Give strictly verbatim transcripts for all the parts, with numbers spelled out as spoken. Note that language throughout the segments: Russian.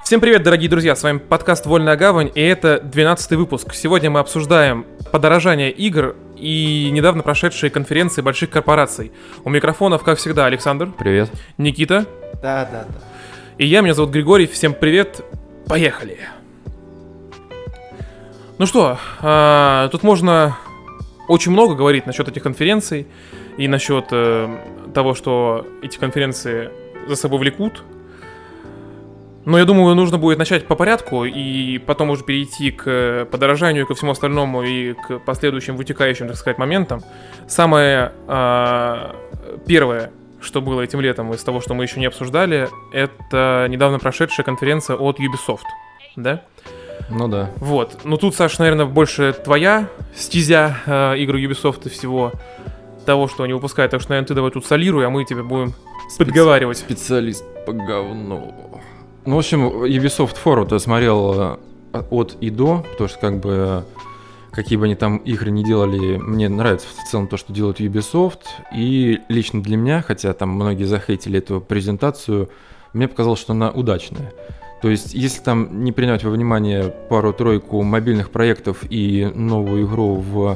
Всем привет, дорогие друзья, с вами подкаст «Вольная гавань», и это двенадцатый выпуск. Сегодня мы обсуждаем подорожание игр и недавно прошедшие конференции больших корпораций. У микрофонов, как всегда, Александр. Привет. Никита. Да, да, да. И я, меня зовут Григорий, всем привет, поехали. Ну что, а, тут можно очень много говорить насчет этих конференций и насчет э, того, что эти конференции за собой влекут. Но я думаю, нужно будет начать по порядку и потом уже перейти к подорожанию, ко всему остальному и к последующим вытекающим, так сказать, моментам. Самое э, первое, что было этим летом из того, что мы еще не обсуждали, это недавно прошедшая конференция от Ubisoft, да? Ну да. Вот. Ну тут, Саш, наверное, больше твоя стезя э, игр Ubisoft и всего того, что они выпускают. Так что, наверное, ты давай тут солируй, а мы тебя будем Специ... подговаривать. Специалист по говну. Ну, в общем, Ubisoft Forward я смотрел от и до, потому что, как бы, какие бы они там игры не делали, мне нравится в целом то, что делает Ubisoft. И лично для меня, хотя там многие захейтили эту презентацию, мне показалось, что она удачная. То есть, если там не принять во внимание пару-тройку мобильных проектов и новую игру в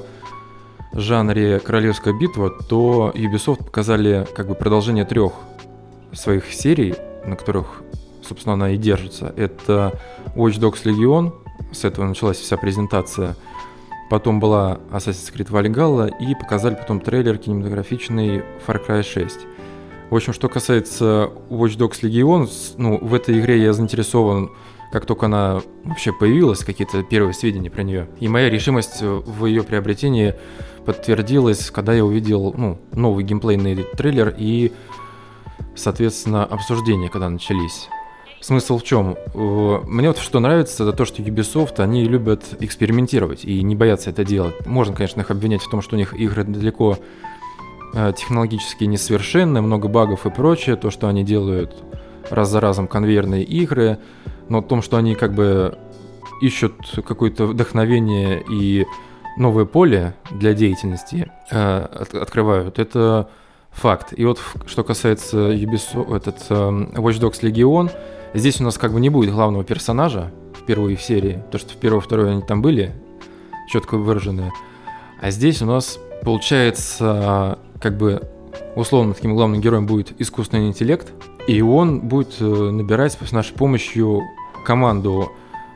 жанре «Королевская битва», то Ubisoft показали как бы продолжение трех своих серий, на которых, собственно, она и держится. Это Watch Dogs Legion, с этого началась вся презентация. Потом была Assassin's Creed Valhalla и показали потом трейлер кинематографичный Far Cry шесть. В общем, что касается Watch Dogs Legion, ну, в этой игре я заинтересован, как только она вообще появилась, какие-то первые сведения про нее. И моя решимость в ее приобретении подтвердилась, когда я увидел, ну, новый геймплейный трейлер и, соответственно, обсуждения, когда начались. Смысл в чем? Мне вот что нравится, это то, что Ubisoft, они любят экспериментировать и не боятся это делать. Можно, конечно, их обвинять в том, что у них игры далеко технологически несовершенны, много багов и прочее, то, что они делают раз за разом конвейерные игры, но в том, что они как бы ищут какое-то вдохновение и новое поле для деятельности э, от, открывают, это факт. И вот что касается Ubisoft, этот э, Watch Dogs Legion, здесь у нас как бы не будет главного персонажа впервые в серии, то что в первой и второй они там были четко выраженные, а здесь у нас получается как бы условно таким главным героем будет искусственный интеллект, и он будет набирать с нашей помощью команду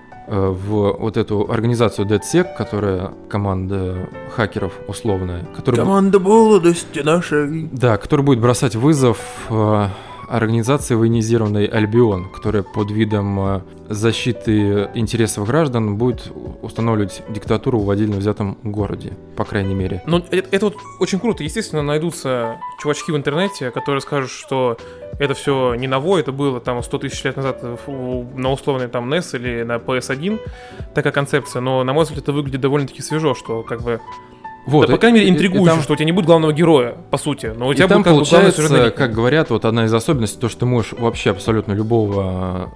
в вот эту организацию DedSec, которая команда хакеров условная. Команда молодости нашей. Да, которая будет бросать вызов организации военизированной Альбион, которая под видом защиты интересов граждан будет устанавливать диктатуру в отдельно взятом городе, по крайней мере. Ну, это, это вот очень круто. Естественно, найдутся чувачки в интернете, которые скажут, что это все не новое, это было там сто тысяч лет назад на условной там нес или на пи эс один, такая концепция. Но, на мой взгляд, это выглядит довольно-таки свежо, что как бы... Вот, да, по крайней мере, интригующе, там, что у тебя не будет главного героя, по сути. Но у тебя и там будет, как получается, бы, главный как говорят, вот одна из особенностей, то, что ты можешь вообще абсолютно любого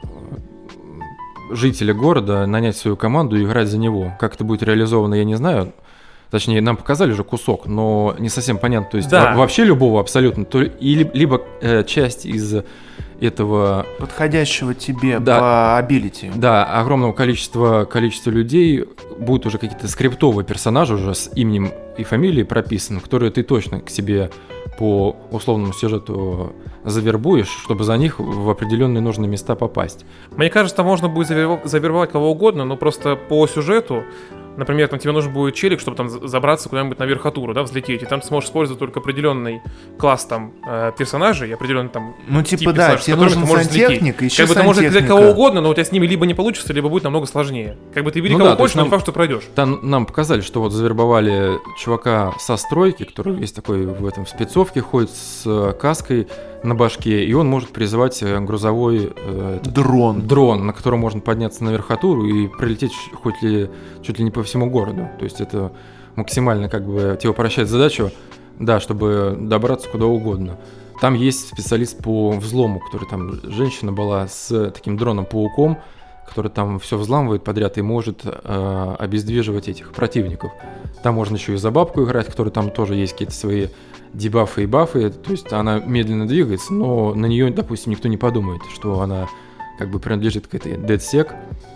жителя города нанять свою команду и играть за него. Как это будет реализовано, я не знаю. Точнее, нам показали же кусок, но не совсем понятно. То есть да. вообще любого абсолютно. То, и, либо э, часть из этого... подходящего тебе да, по абилити. Да, огромного количества, количества людей будут уже какие-то скриптовые персонажи уже с именем и фамилией прописаны, которые ты точно к себе по условному сюжету завербуешь, чтобы за них в определенные нужные места попасть. Мне кажется, можно будет завербовать кого угодно, но просто по сюжету. Например, там тебе нужен будет челик, чтобы там забраться куда-нибудь на верхотуру, да, взлететь, и там ты сможешь использовать только определенный класс там э, персонажей, определенный там ну, типа, тип да, тебе нужен сантехник, еще как бы ты можешь взять кого угодно, но у тебя с ними либо не получится, либо будет намного сложнее. Как бы ты бери ну кого да, хочешь, но не факт, что пройдешь. Там нам показали, что вот завербовали чувака со стройки, который есть такой в этом спецовке, ходит с каской на башке, и он может призывать грузовой э, дрон. дрон, на котором можно подняться на верхотуру и прилететь хоть ли, чуть ли не по всему городу. То есть это максимально как бы тебе упрощает задачу, да, чтобы добраться куда угодно. Там есть специалист по взлому, который там, женщина была с таким дроном-пауком, который там все взламывает подряд и может э, обездвиживать этих противников. Там можно еще и за бабку играть, которая там тоже есть какие-то свои дебафы и бафы. То есть она медленно двигается, но на нее, допустим, никто не подумает, что она как бы принадлежит к этой DedSec.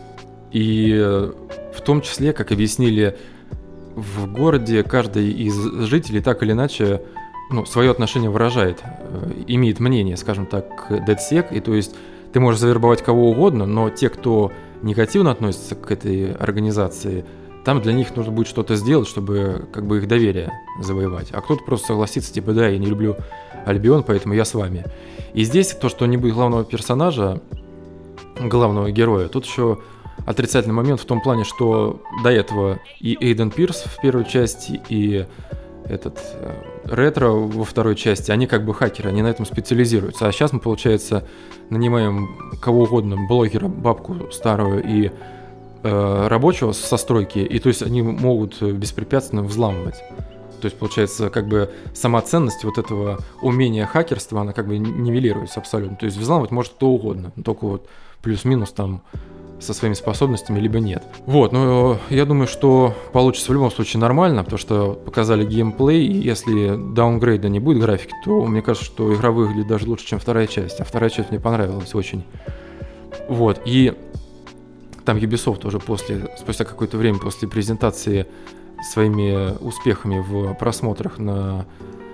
И в том числе, как объяснили, в городе каждый из жителей так или иначе, ну, свое отношение выражает, имеет мнение, скажем так, к DedSec. И то есть ты можешь завербовать кого угодно, но те, кто негативно относится к этой организации, там для них нужно будет что-то сделать, чтобы как бы их доверие завоевать. А кто-то просто согласится, типа, да, я не люблю Альбион, поэтому я с вами. И здесь то, что не будет главного персонажа, главного героя, тут еще отрицательный момент в том плане, что до этого и Эйден Пирс в первой части, и этот э, Ретро во второй части, они как бы хакеры, они на этом специализируются. А сейчас мы, получается, нанимаем кого угодно, блогера, бабку старую и э, рабочего со стройки, и то есть они могут беспрепятственно взламывать. То есть, получается, как бы сама ценность вот этого умения хакерства, она как бы нивелируется абсолютно. То есть взламывать может кто угодно, только вот плюс-минус там со своими способностями, либо нет. Вот, но я думаю, что получится в любом случае нормально, потому что показали геймплей, и если даунгрейда не будет графики, то мне кажется, что игра выглядит даже лучше, чем вторая часть. А вторая часть мне понравилась очень. Вот, и там Ubisoft уже после, спустя какое-то время после презентации своими успехами в просмотрах на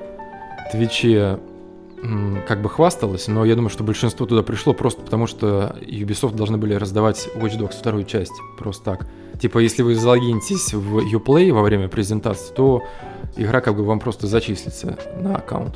Твиче как бы хвасталась, но я думаю, что большинство туда пришло просто потому, что Ubisoft должны были раздавать Watch Dogs вторую часть, просто так. Типа, если вы залогинитесь в Uplay во время презентации, то игра как бы вам просто зачислится на аккаунт.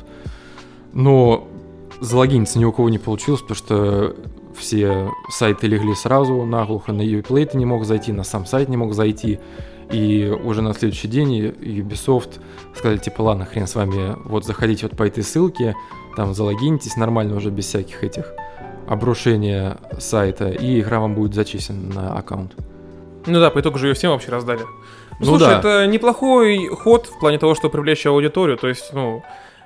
Но залогиниться ни у кого не получилось, потому что все сайты легли сразу наглухо, на Uplay ты не мог зайти, на сам сайт не мог зайти. И уже на следующий день Ubisoft сказали, типа, ладно, хрен с вами, вот заходите вот по этой ссылке, там залогинитесь нормально уже без всяких этих обрушения сайта, и игра вам будет зачислена на аккаунт. Ну да, по итогу же ее всем вообще раздали. Ну, ну слушай, да. Это неплохой ход в плане того, чтобы привлечь аудиторию, то есть, ну,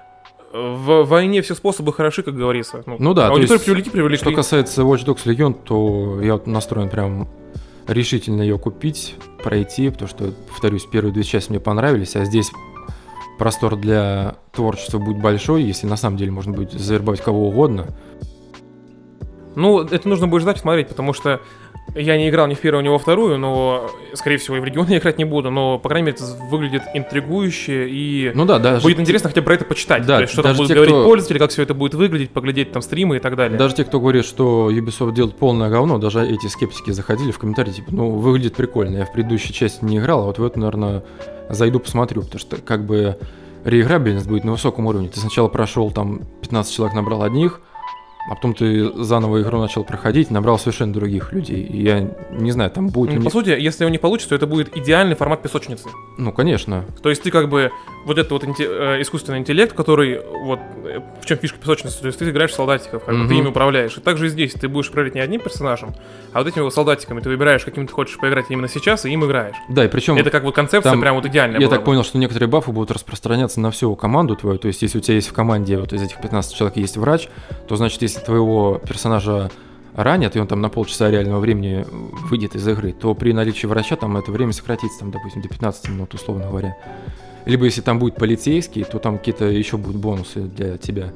в войне все способы хороши, как говорится. Ну, ну да, аудиторию то есть, привлекли, привлекли. Что касается Watch Dogs Legion, то я вот настроен прям решительно ее купить, пройти, потому что, повторюсь, первые две части мне понравились, а здесь простор для творчества будет большой, если на самом деле можно будет завербовать кого угодно. Ну, это нужно будет ждать, смотреть, потому что я не играл ни в первую, ни во вторую, но, скорее всего, и в Регион я играть не буду, но, по крайней мере, это выглядит интригующе, и ну да, даже будет интересно хотя бы про это почитать, да, то есть, что там будут те, говорить кто... пользователи, как все это будет выглядеть, поглядеть там стримы и так далее. Даже те, кто говорит, что Ubisoft делает полное говно, даже эти скептики заходили в комментарии, типа, ну, выглядит прикольно, я в предыдущей части не играл, а вот в эту, наверное, зайду посмотрю, потому что, как бы, реиграбельность будет на высоком уровне. Ты сначала прошел, там, пятнадцать человек набрал одних, а потом ты заново игру начал проходить, набрал совершенно других людей. И я не знаю, там будет... Ну, по них... сути, если он не получится, то это будет идеальный формат песочницы. Ну, конечно. То есть ты как бы вот этот вот инте... искусственный интеллект, который вот в чем фишка песочницы, то есть ты играешь в солдатиков, как бы, mm-hmm. ты ими управляешь. И также и здесь ты будешь управлять не одним персонажем, а вот этими вот солдатиками. Ты выбираешь, каким ты хочешь поиграть именно сейчас, и им играешь. Да, и причем... Это как вот концепция там, прям вот идеальная. Я была так бы. понял, что некоторые бафы будут распространяться на всю команду твою. То есть если у тебя есть в команде вот из этих пятнадцати человек есть врач, то значит, если твоего персонажа ранят, и он там на полчаса реального времени выйдет из игры, то при наличии врача там это время сократится, там, допустим, до пятнадцати минут, условно говоря. Либо если там будет полицейский, то там какие-то еще будут бонусы для тебя.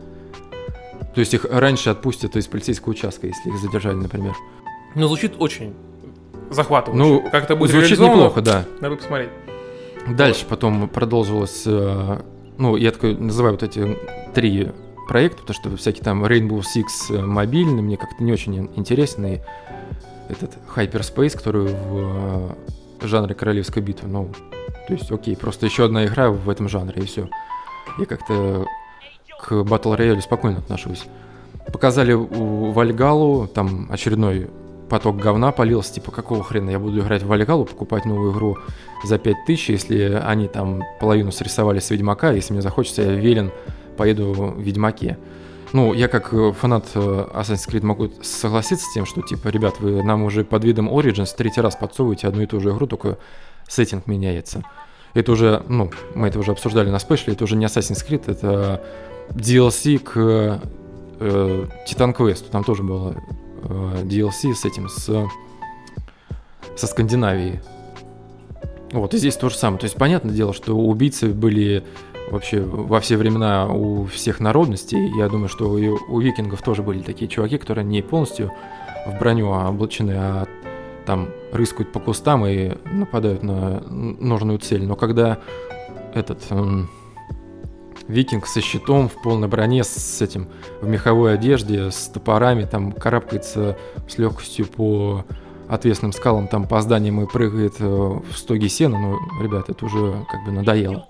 То есть их раньше отпустят из полицейского участка, если их задержали, например. Ну, звучит очень захватывающе. Ну, как это будет звучит неплохо, да. Надо посмотреть. Дальше вот. Потом продолжилось, ну, я такой называю вот эти три проекта, потому что всякие там Rainbow Six мобильный мне как-то не очень интересен, и этот Hyperspace, который в жанре королевской битвы, ну, то есть, окей, просто еще одна игра в этом жанре, и все. Я как-то к Battle Royale спокойно отношусь. Показали Вальгалу, там очередной поток говна полился, типа, какого хрена я буду играть в Вальгалу, покупать новую игру за пять тысяч, если они там половину срисовали с Ведьмака, если мне захочется, я велен поеду в Ведьмаке. Ну, я как фанат Assassin's Creed могу согласиться с тем, что, типа, ребят, вы нам уже под видом Origins третий раз подсовываете одну и ту же игру, только сеттинг меняется. Это уже, ну, мы это уже обсуждали на спешле, это уже не Assassin's Creed, это ди эл си к э, Titan Quest. Там тоже было э, ди эл си с этим, с, со Скандинавией. Вот, и здесь то же самое. То есть, понятное дело, что убийцы были вообще во все времена у всех народностей. Я думаю, что и у викингов тоже были такие чуваки, которые не полностью в броню облачены, а там рыскают по кустам и нападают на нужную цель. Но когда этот эм, викинг со щитом в полной броне, с этим, в меховой одежде, с топорами, там карабкается с легкостью по отвесным скалам, там по зданиям и прыгает э, в стоге сена, ну, ребят, это уже как бы надоело.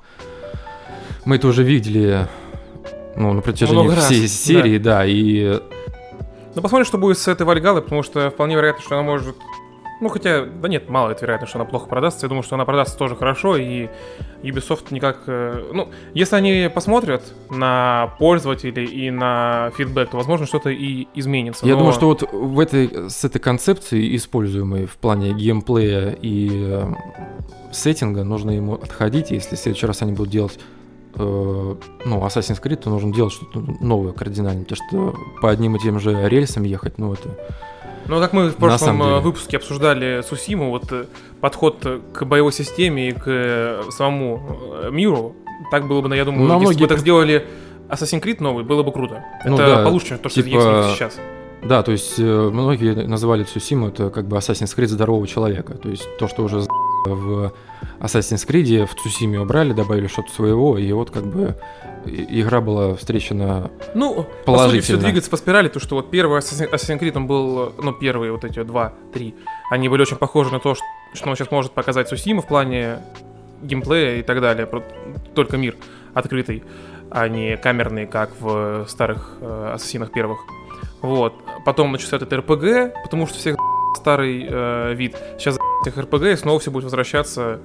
Мы это уже видели, ну, на протяжении Много всей раз, серии, да, да и... Ну, посмотрим, что будет с этой Вальгаллой, потому что вполне вероятно, что она может... Ну, хотя, да нет, мало это вероятно, что она плохо продастся. Я думаю, что она продастся тоже хорошо, и Ubisoft никак... Ну, если они посмотрят на пользователей и на фидбэк, то, возможно, что-то и изменится. Я но... думаю, что вот в этой, с этой концепцией, используемой в плане геймплея и э, сеттинга, нужно ему отходить. Если в следующий раз они будут делать э, ну, Assassin's Creed, то нужно делать что-то новое кардинально, потому что по одним и тем же рельсам ехать, ну, это... Ну, как мы в прошлом выпуске обсуждали Сусиму, вот подход к боевой системе и к самому миру, так было бы, я думаю, Но если многие... бы так сделали Assassin's Creed новый, было бы круто. Ну, это да, получше, то, что типа... есть сейчас. Да, то есть многие называли Цусиму это как бы Assassin's Creed здорового человека. То есть то, что уже в Assassin's Creed в Цусиме убрали, добавили что-то своего, и вот как бы игра была встречена ну, положительно. по сути, все двигается по спирали, то, что вот первый Assassin's Creed, он был, ну, первые вот эти два, три, они были очень похожи на то, что он сейчас может показать Цусима в плане геймплея и так далее, только мир открытый, а не камерный, как в старых э, Ассасинах первых. Вот. Потом начался этот эр пи джи, потому что всех старый э, вид. Сейчас этих эр пи джи и снова все будет возвращаться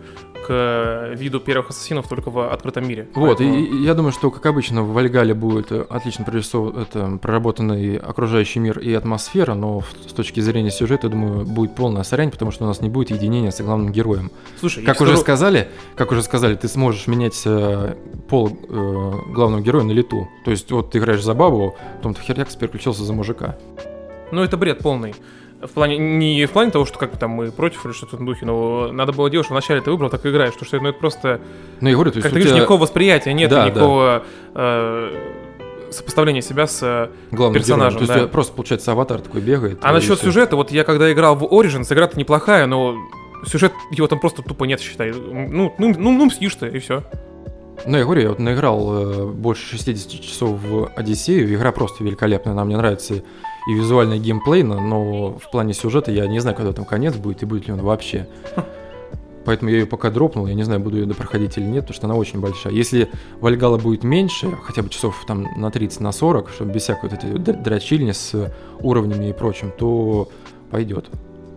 к виду первых ассасинов только в открытом мире. Вот, Поэтому... и, и я думаю, что, как обычно, в Вальгалле будет отлично прорисован, это, проработанный окружающий мир и атмосфера, но с точки зрения сюжета, я думаю, будет полная сорянь, потому что у нас не будет единения с главным героем. Слушай, как уже скажу... сказали, как уже сказали, ты сможешь менять э, пол э, главного героя на лету. То есть, вот ты играешь за бабу, потом ты херякс переключился за мужика. Ну, это бред полный. В плане, не в плане того, что как там мы против или что-то в духе, но надо было делать, что вначале ты выбрал, так и играешь, потому что ну, это просто... Ну, я говорю, то есть как ты тебя... говоришь, никакого восприятия нет, да, никакого да. э, сопоставления себя с главным персонажем. Героем. То да. есть, да. просто, получается, аватар такой бегает. А насчет сюжета, вот я когда играл в Origins, игра-то неплохая, но сюжет его там просто тупо нет, считай. Ну, ну, ну, ну мстишь ты, и все. Ну, я говорю, я вот наиграл э, больше шестьдесят часов в Одиссею, игра просто великолепная, она мне нравится и визуально, и геймплейно, но в плане сюжета я не знаю, когда там конец будет, и будет ли он вообще. Поэтому я ее пока дропнул, я не знаю, буду ее допроходить или нет, потому что она очень большая. Если Вальгалла будет меньше, хотя бы часов там на тридцать, на сорок, чтобы без всякой вот этой дрочильни с уровнями и прочим, то пойдет.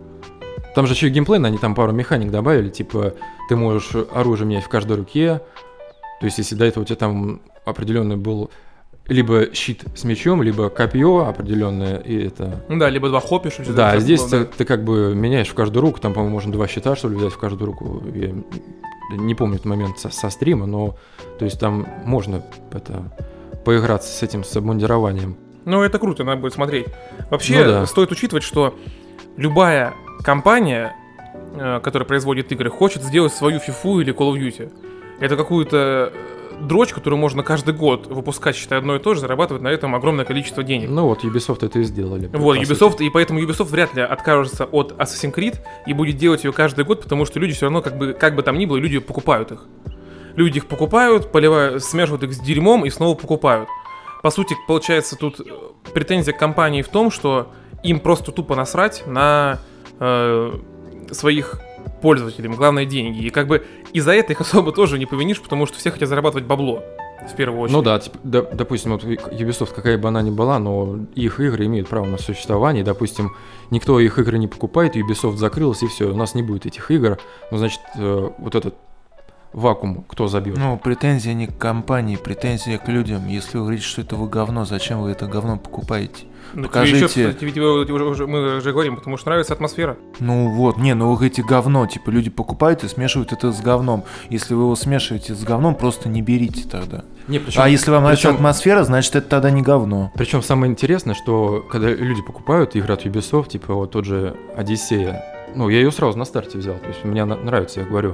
Там же еще и геймплейно, они там пару механик добавили, типа ты можешь оружие менять в каждой руке. То есть, если до этого у тебя там определенный был либо щит с мечом, либо копье определенное, и это... Ну да, либо два хопишь. Да, а здесь было, ты, да. ты как бы меняешь в каждую руку, там, по-моему, можно два щита, что ли, взять в каждую руку. Я не помню этот момент со, со стрима, но, то есть, там можно это, поиграться с этим, с обмундированием. Ну, это круто, надо будет смотреть. Вообще, ну, да. стоит учитывать, что любая компания, которая производит игры, хочет сделать свою фифу или Call of Duty. Это какую-то дрочь, которую можно каждый год выпускать, считай, одно и то же, зарабатывать на этом огромное количество денег. Ну вот, Ubisoft это и сделали. Вот, Ubisoft, сути. И поэтому Ubisoft вряд ли откажется от Assassin's Creed и будет делать ее каждый год, потому что люди все равно, как бы, как бы там ни было, люди покупают их. Люди их покупают, поливают, смешивают их с дерьмом и снова покупают. По сути, получается, тут претензия к компании в том, что им просто тупо насрать на э, своих пользователей, главное деньги. И как бы из-за этого их особо тоже не повинишь, потому что все хотят зарабатывать бабло, в первую очередь. Ну да, типа, да, допустим, вот Ubisoft, какая бы она ни была, но их игры имеют право на существование. Допустим, никто их игры не покупает, Ubisoft закрылась, и все, у нас не будет этих игр. Ну, значит, э, вот этот вакуум кто забьет? Ну, претензия не к компании, претензия к людям. Если вы говорите, что это вы говно, зачем вы это говно покупаете? Ну, покажите... Еще, кстати, ведь уже, уже, мы уже говорим, потому что нравится атмосфера. Ну вот, не, ну вы говорите говно, типа люди покупают и смешивают это с говном. Если вы его смешиваете с говном, просто не берите тогда. Не, причем, а если вам нравится причем, атмосфера, значит это тогда не говно. Причем самое интересное, что когда люди покупают игры от Ubisoft, типа вот тот же Одиссея, ну я ее сразу на старте взял, то есть мне она нравится, я говорю.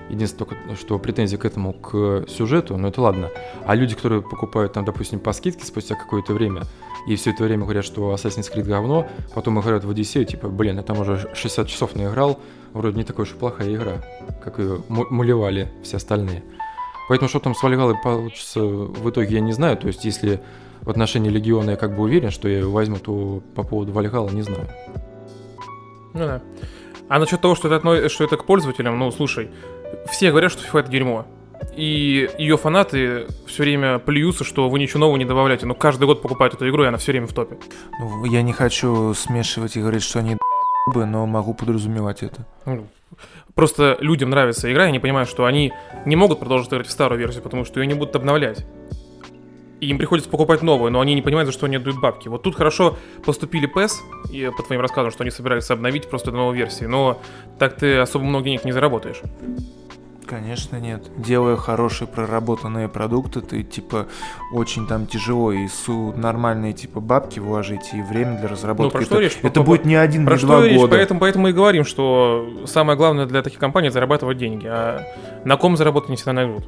Единственное, только, что претензии к этому, к сюжету, но это ладно. А люди, которые покупают там, допустим, по скидке спустя какое-то время, и все это время говорят, что Assassin's Creed говно, потом играют в Одиссею, типа, блин, я там уже шестьдесят часов наиграл, вроде не такая уж и плохая игра, как ее мулевали все остальные. Поэтому что там с Вальгаллой получится в итоге, я не знаю. То есть, если в отношении Легиона я как бы уверен, что я ее возьму, то по поводу Вальгаллы не знаю. Ну да. А насчет того, что это, отно... что это к пользователям, ну, слушай, все говорят, что FIFA это дерьмо. И ее фанаты все время плюются, что вы ничего нового не добавляете. Но каждый год покупают эту игру, и она все время в топе. Ну, я не хочу смешивать и говорить, что они д***бы, но могу подразумевать это. Просто людям нравится игра, и они понимают, что они не могут продолжить играть в старую версию, потому что ее не будут обновлять. И им приходится покупать новую, но они не понимают, за что они отдают бабки. Вот тут хорошо поступили пи эс, и по твоим рассказам, что они собирались обновить просто до новой версии, но так ты особо много денег не заработаешь. Конечно, нет. Делая хорошие проработанные продукты, ты, типа, очень там тяжело и су нормальные, типа, бабки вложить, и время для разработки. Ну, про что это, речь? Это будет не один, про не два речь? года. Поэтому, поэтому и говорим, что самое главное для таких компаний — зарабатывать деньги, а на ком заработать не всегда найдут.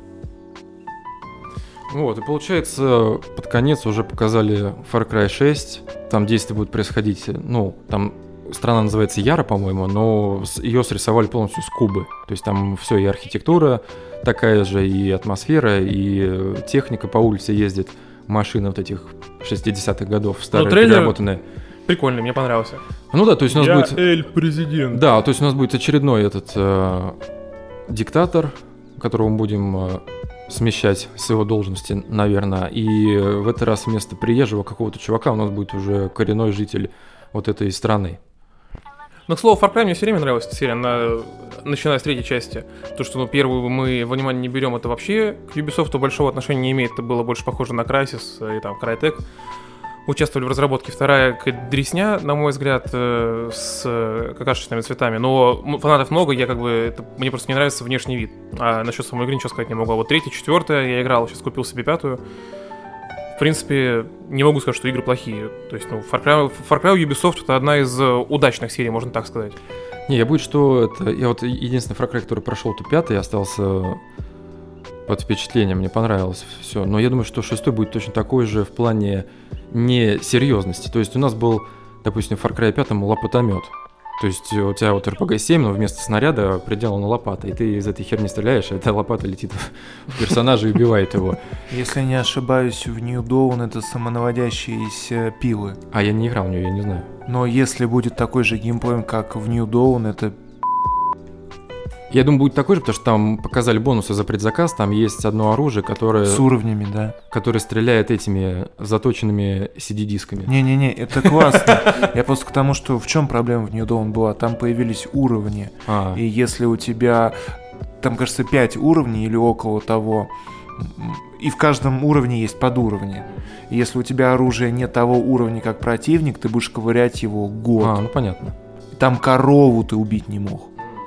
Вот, и получается, под конец уже показали Far Cry шесть, там действие будет происходить, ну, там... Страна называется Яра, по-моему, но ее срисовали полностью с Кубы. То есть там все, и архитектура такая же, и атмосфера, и техника по улице ездит, машины вот этих шестидесятых годов, старые, ну, переработанные. Прикольный, мне понравился. Ну да, то есть у нас Я будет... Эль Президент. Да, то есть у нас будет очередной этот э, диктатор, которого мы будем э, смещать с его должности, наверное. И в этот раз вместо приезжего какого-то чувака у нас будет уже коренной житель вот этой страны. Ну, к слову, Far Cry мне все время нравилась эта серия, она, начиная с третьей части. То, что ну, первую мы во внимание не берем, это вообще к Ubisoft большого отношения не имеет. Это было больше похоже на Crysis и там Crytek. Участвовали в разработке. Вторая дресня, на мой взгляд, с какашечными цветами. Но фанатов много, я как бы это, мне просто не нравится внешний вид. А насчет самой игры ничего сказать не могу. А вот третья, четвертая я играл, сейчас купил себе пятую. В принципе, не могу сказать, что игры плохие. То есть, ну, Far Cry, Far Cry Ubisoft — это одна из удачных серий, можно так сказать. Не, я будет, что это... Я вот единственный Far Cry, который прошел, то пятый, остался под впечатлением, мне понравилось все. Но я думаю, что шестой будет точно такой же в плане несерьезности. То есть у нас был, допустим, в Far Cry пять лопатомет. То есть у тебя вот эр пи джи семь, но вместо снаряда приделана лопата, и ты из этой херни стреляешь, и эта лопата летит в персонажа и убивает его. Если не ошибаюсь, в New Dawn это самонаводящиеся пилы. А я не играл в нее, я не знаю. Но если будет такой же геймплей, как в New Dawn, это... Я думаю, будет такой же, потому что там показали бонусы за предзаказ, там есть одно оружие, которое... С уровнями, да. Которое стреляет этими заточенными си ди-дисками. Не-не-не, это классно. Я просто к тому, что в чем проблема в New Dawn была? Там появились уровни, а. И если у тебя, там, кажется, пять уровней или около того, и в каждом уровне есть подуровни. И если у тебя оружие не того уровня, как противник, ты будешь ковырять его год. А, ну понятно. Там корову ты убить не мог.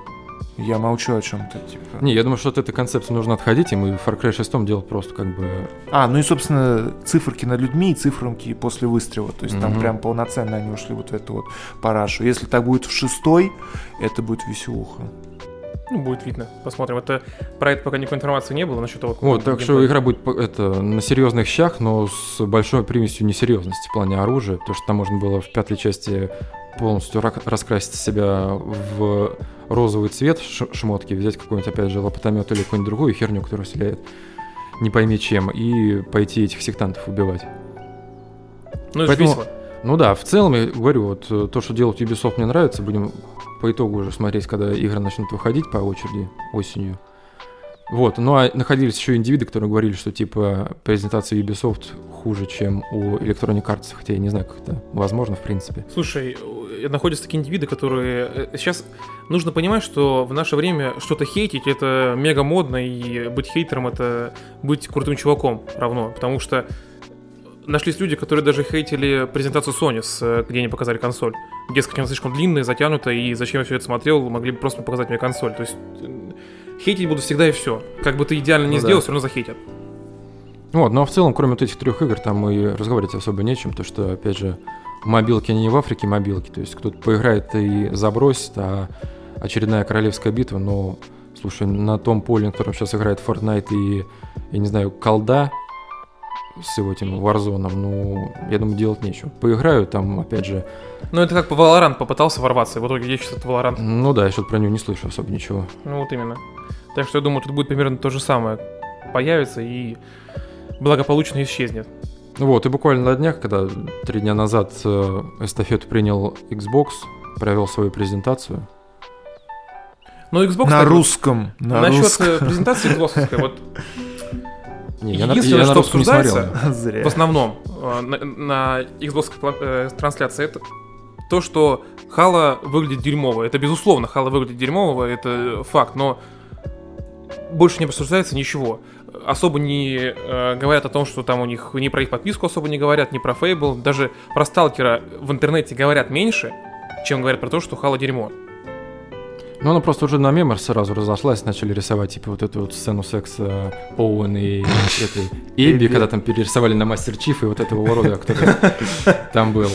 Я молчу о чем-то, типа. Не, я думаю, что от этой концепции нужно отходить, и мы в Far Cry шесть делать просто как бы... А, ну и, собственно, циферки над людьми и циферки после выстрела. То есть mm-hmm. там прям полноценно они ушли вот в эту вот парашу. Если так будет в шестой, это будет веселуха. Ну, будет видно. Посмотрим. Это про это пока никакой информации не было насчет того, как... Вот, так что игра будет это, на серьезных щах, но с большой примесью несерьезности в плане оружия, потому что там можно было в пятой части полностью раскрасить себя в розовый цвет шмотки, взять какой-нибудь, опять же, лопатомет или какую-нибудь другую херню, которая стреляет не пойми чем, и пойти этих сектантов убивать. Ну, это весело. Ну да, в целом, я говорю, вот то, что делает Ubisoft, мне нравится. Будем по итогу уже смотреть, когда игры начнут выходить по очереди осенью. Вот, ну а находились еще индивиды, которые говорили, что типа презентация Ubisoft хуже, чем у Electronic Arts, хотя я не знаю, как это возможно в принципе. Слушай, находятся такие индивиды, которые... Сейчас нужно понимать, что в наше время что-то хейтить — это мега модно, и быть хейтером — это быть крутым чуваком равно, потому что нашлись люди, которые даже хейтили презентацию Sony, где они показали консоль. Дескать, она слишком длинная, затянутая, и зачем я все это смотрел, могли бы просто показать мне консоль. То есть хейтить буду всегда и все. Как бы ты идеально не ну, сделал, да. Все равно захейтят. Вот, ну а в целом, кроме вот этих трех игр, там и разговаривать особо нечем, потому что, опять же, мобилки не в Африке мобилки, то есть кто-то поиграет и забросит, а очередная королевская битва, но слушай, на том поле, на котором сейчас играет Fortnite и, я не знаю, колда с его этим Warzone, ну, я думаю, делать нечего. Поиграю там, опять же... Ну, это как по Valorant попытался ворваться, и в итоге я сейчас это Valorant. Ну да, я что-то про него не слышу особо ничего. Ну, вот именно. Так что я думаю, тут будет примерно то же самое. Появится и благополучно исчезнет. Вот, и буквально на днях, когда три дня назад э, эстафету принял Xbox, провел свою презентацию. Ну, Xbox... На так, русском. Вот, на насчет русском. презентации Xbox, вот... Не, я единственное, на, я что на русском не обсуждается, смотрел. в основном, на, на Xbox э, трансляции, это то, что Halo выглядит дерьмово. Это безусловно, Halo выглядит дерьмово, это факт, но больше не обсуждается ничего. Особо не э, говорят о том, что там у них ни про их подписку особо не говорят, ни про Fable. Даже про Сталкера в интернете говорят меньше, чем говорят про то, что Halo дерьмо. Ну, она просто уже на мемах сразу разошлась, начали рисовать, типа, вот эту вот сцену секса Оуэн и этой Эбби, когда там перерисовали на Мастер Чиф и вот этого урода, который там был.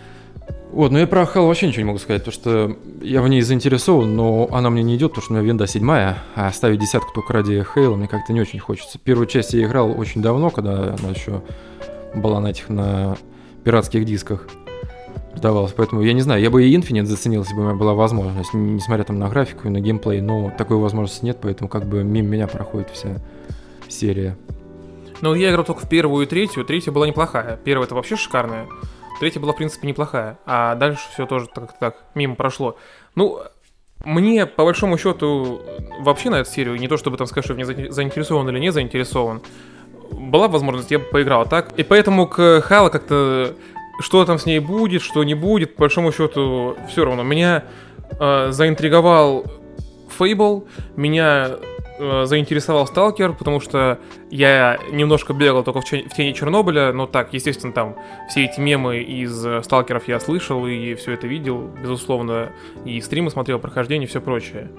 Вот, ну я про Halo вообще ничего не могу сказать, потому что я в ней заинтересован, но она мне не идет, потому что у меня винда седьмая, а ставить десятку только ради Halo мне как-то не очень хочется. Первую часть я играл очень давно, когда она еще была на этих, на пиратских дисках продавалась, поэтому я не знаю, я бы и Infinite заценил, если бы у меня была возможность, несмотря там на графику и на геймплей, но такой возможности нет, поэтому как бы мимо меня проходит вся серия. Ну, я играл только в первую и третью, третья была неплохая, первая это вообще шикарная. Третья была, в принципе, неплохая, а дальше все тоже так, так мимо прошло. Ну, мне, по большому счету, вообще на эту серию, не то чтобы там сказать, что я в ней заинтересован или не заинтересован, была возможность, я бы поиграл так. И поэтому к Halo как-то, что там с ней будет, что не будет, по большому счету, все равно. Меня э, заинтриговал Fable, меня э, заинтересовал Сталкер, потому что я немножко бегал только в, ч- в тени Чернобыля, но так, естественно, там все эти мемы из э, Сталкеров я слышал и все это видел, безусловно, и стримы смотрел, прохождение и все прочее.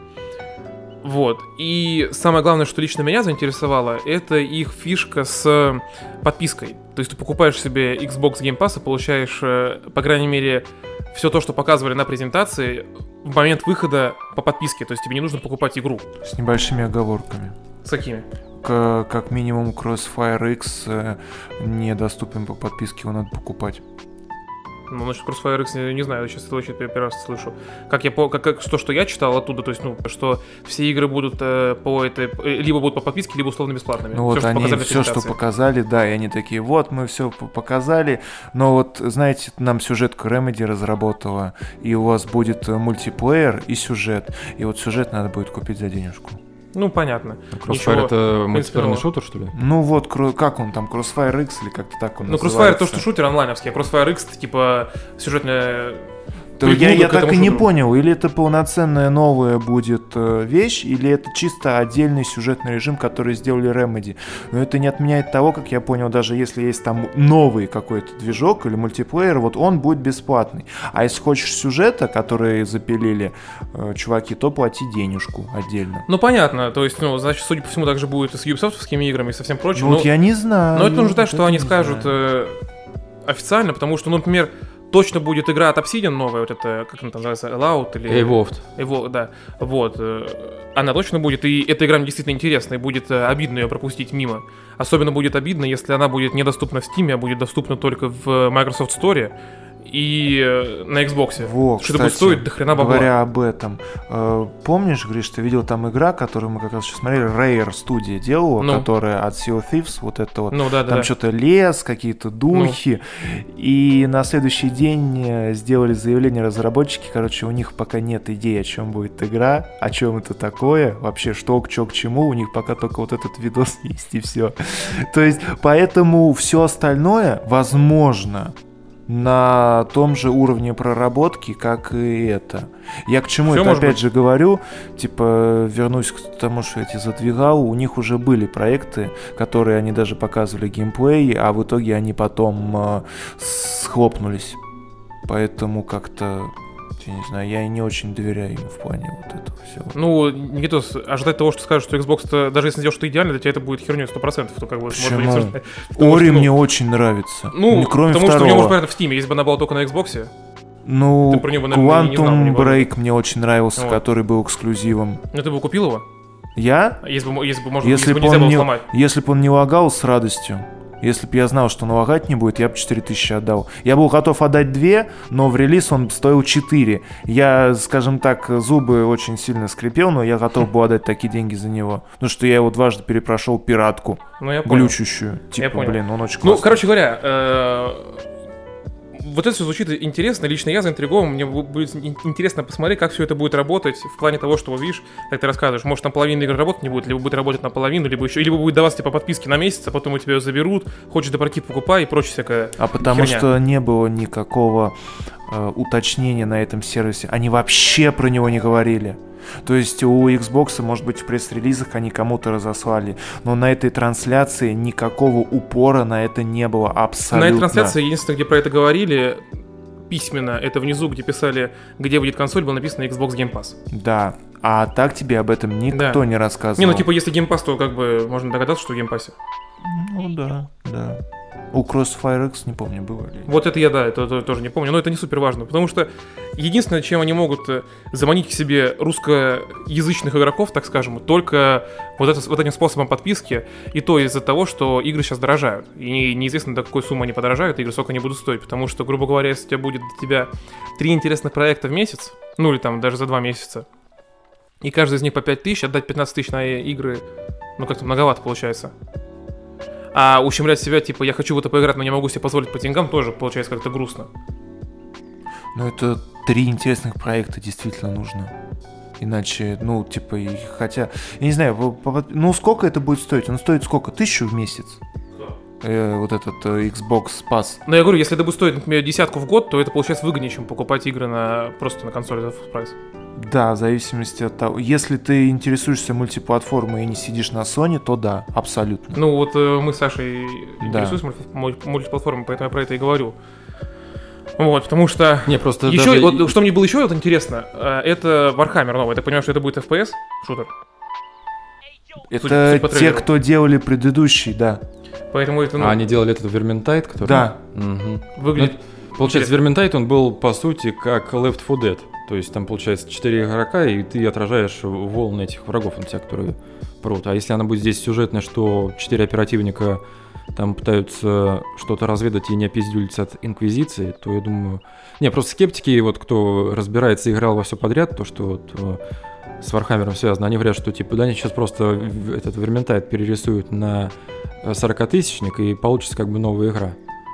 Вот, и самое главное, что лично меня заинтересовало, это их фишка с подпиской. То есть ты покупаешь себе Xbox Game Pass и получаешь, э, по крайней мере, все то, что показывали на презентации, в момент выхода по подписке. То есть тебе не нужно покупать игру. С небольшими оговорками. С какими? К, как минимум Crossfire X э, недоступен по подписке, его надо покупать. Ну, значит, Crossfire X, не, не знаю, я сейчас это вообще первый раз слышу. Как я по, как, как то, что я читал оттуда, то есть, ну, что все игры будут э, по этой, либо будут по подписке, либо условно бесплатными. Ну все, вот они все, что показали, да, и они такие, вот, мы все показали, но вот, знаете, нам сюжетку Remedy разработала, и у вас будет мультиплеер и сюжет, и вот сюжет надо будет купить за денежку. Ну, понятно. Crossfire это мультиплеерный шутер, что ли? Ну вот, как он там, Crossfire X или как-то так он ну, называется? Ну, Crossfire то, что шутер онлайновский, а Crossfire X это типа сюжетная... То я, я так и не понял, или это полноценная новая будет э, вещь, или это чисто отдельный сюжетный режим, который сделали Remedy. Но это не отменяет того, как я понял, даже если есть там новый какой-то движок или мультиплеер, вот он будет бесплатный. А если хочешь сюжета, который запилили э, чуваки, то плати денежку отдельно. Ну понятно, то есть, ну, значит, судя по всему, так же будет и с Ubisoft'овскими играми и со всем прочим. Ну, вот я не знаю. Но это нужно ждать, что они скажут э, официально, потому что, ну, например, точно будет игра от Obsidian новая, вот это, как она там называется, Fallout или... Evolved. Evolved, да. Вот. Она точно будет, и эта игра мне действительно интересна, и будет обидно ее пропустить мимо. Особенно будет обидно, если она будет недоступна в Steam, а будет доступна только в Microsoft Store и на Xbox. Во, что это будет стоить до хрена бабла. Говоря об этом, э, помнишь, Гриш, ты видел там игра, которую мы как раз сейчас смотрели, Rare Studio делала, ну. которая от Sea of Thieves, вот это вот, ну, да, там да, что-то лес, какие-то духи, ну. И на следующий день сделали заявление разработчики, короче, у них пока нет идеи, о чем будет игра, о чем это такое, вообще что, что к чему, у них пока только вот этот видос есть и все. То есть, поэтому все остальное возможно на том же уровне проработки, как и это. Я к чему Всё это опять быть. же говорю, типа, вернусь к тому, что эти задвигал, у них уже были проекты, которые они даже показывали геймплей, а в итоге они потом э, схлопнулись. Поэтому как-то, я не знаю, я не очень доверяю им в плане вот этого всего. Ну, Никитос, ожидать того, что скажут, что Xbox, даже если сделаешь что-то идеально, для тебя это будет херней сто процентов. То как бы, Почему? Может быть, Ори что, мне ну, очень нравится. Ну, кроме потому второго. что у него, может, понятно, в Steam, если бы она была только на Xbox. Ну, ты про него, наверное, Quantum не знал, Break мне очень нравился, вот. который был эксклюзивом. Ну, ты бы купил его? Я? Если бы, если бы, может, если если бы бы нельзя он было не, сломать. Если бы он не лагал, с радостью. Если бы я знал, что он лагать не будет, я бы четыре тысячи отдал. Я был готов отдать две, но в релиз он стоил четыре. Я, скажем так, зубы очень сильно скрипел, но я готов был отдать такие деньги за него. Потому что я его дважды перепрошел пиратку. Ну, я понял. Глючущую. Типа, я понял. Блин, он очень классный. Ну, короче говоря, э- вот это все звучит интересно. Лично я заинтригован. Мне будет интересно посмотреть, как все это будет работать в плане того, что, видишь, как ты рассказываешь, может, там половина игр работать не будет, либо будет работать наполовину, либо еще, либо будет даваться типа подписки на месяц, а потом у тебя ее заберут, хочешь допрокид покупай и прочее всякое. А потому херня. что не было никакого э, уточнения на этом сервисе. Они вообще про него не говорили. То есть у Xbox, может быть, в пресс-релизах они кому-то разослали, но на этой трансляции никакого упора на это не было абсолютно. На этой трансляции единственное, где про это говорили письменно, это внизу, где писали, где будет консоль, было написано Xbox Game Pass. Да, а так тебе об этом никто да. не рассказывал. Не, ну типа если Game Pass, то как бы можно догадаться, что в Game Pass. Ну да, да. У Crossfire X, не помню, было ли. Вот это я, да, это, это тоже не помню, но это не супер важно, потому что единственное, чем они могут заманить к себе русскоязычных игроков, так скажем, только вот, это, вот этим способом подписки, и то из-за того, что игры сейчас дорожают, и неизвестно, до какой суммы они подорожают, и игры сколько они будут стоить, потому что, грубо говоря, если у тебя будет для тебя три интересных проекта в месяц, ну или там даже за два месяца, и каждый из них по пять тысяч, отдать пятнадцать тысяч на игры, ну как-то многовато получается. А ущемлять себя, типа, я хочу в это поиграть, но не могу себе позволить по деньгам, тоже получается как-то грустно. Ну, это три интересных проекта действительно нужно. Иначе, ну, типа, и хотя... Я не знаю, по, по, ну, сколько это будет стоить? Он стоит сколько? Тысячу в месяц? Э, вот этот э, Xbox Pass. Ну, я говорю, если это будет стоить, например, десятку в год, то это получается выгоднее, чем покупать игры на просто на консоли за full прайс. Да, в зависимости от того. Если ты интересуешься мультиплатформой и не сидишь на Sony, то да, абсолютно. Ну вот э, мы с Сашей да. интересуемся мультиплатформой, поэтому я про это и говорю. Вот, потому что... Не, просто еще, даже... вот, что мне было еще вот интересно, э, это Warhammer новый. Ты понимаешь, что это будет эф пи эс шутер? Это судя, судя те, кто делали предыдущий, да. Поэтому это, ну... А они делали этот Vermintide, который... Да. Угу. Выглядит... Ну, получается, Vermintide, он был, по сути, как Left фор Dead. То есть там, получается, четыре игрока, и ты отражаешь волны этих врагов на тебя, которые прут. А если она будет здесь сюжетная, что четыре оперативника там пытаются что-то разведать и не опиздюлиться от Инквизиции, то я думаю... Не, просто скептики, вот кто разбирается и играл во все подряд, то, что вот, с Вархаммером связано, они говорят, что типа, да, они сейчас просто этот Vermintide перерисуют на сорокатысячник, и получится как бы новая игра.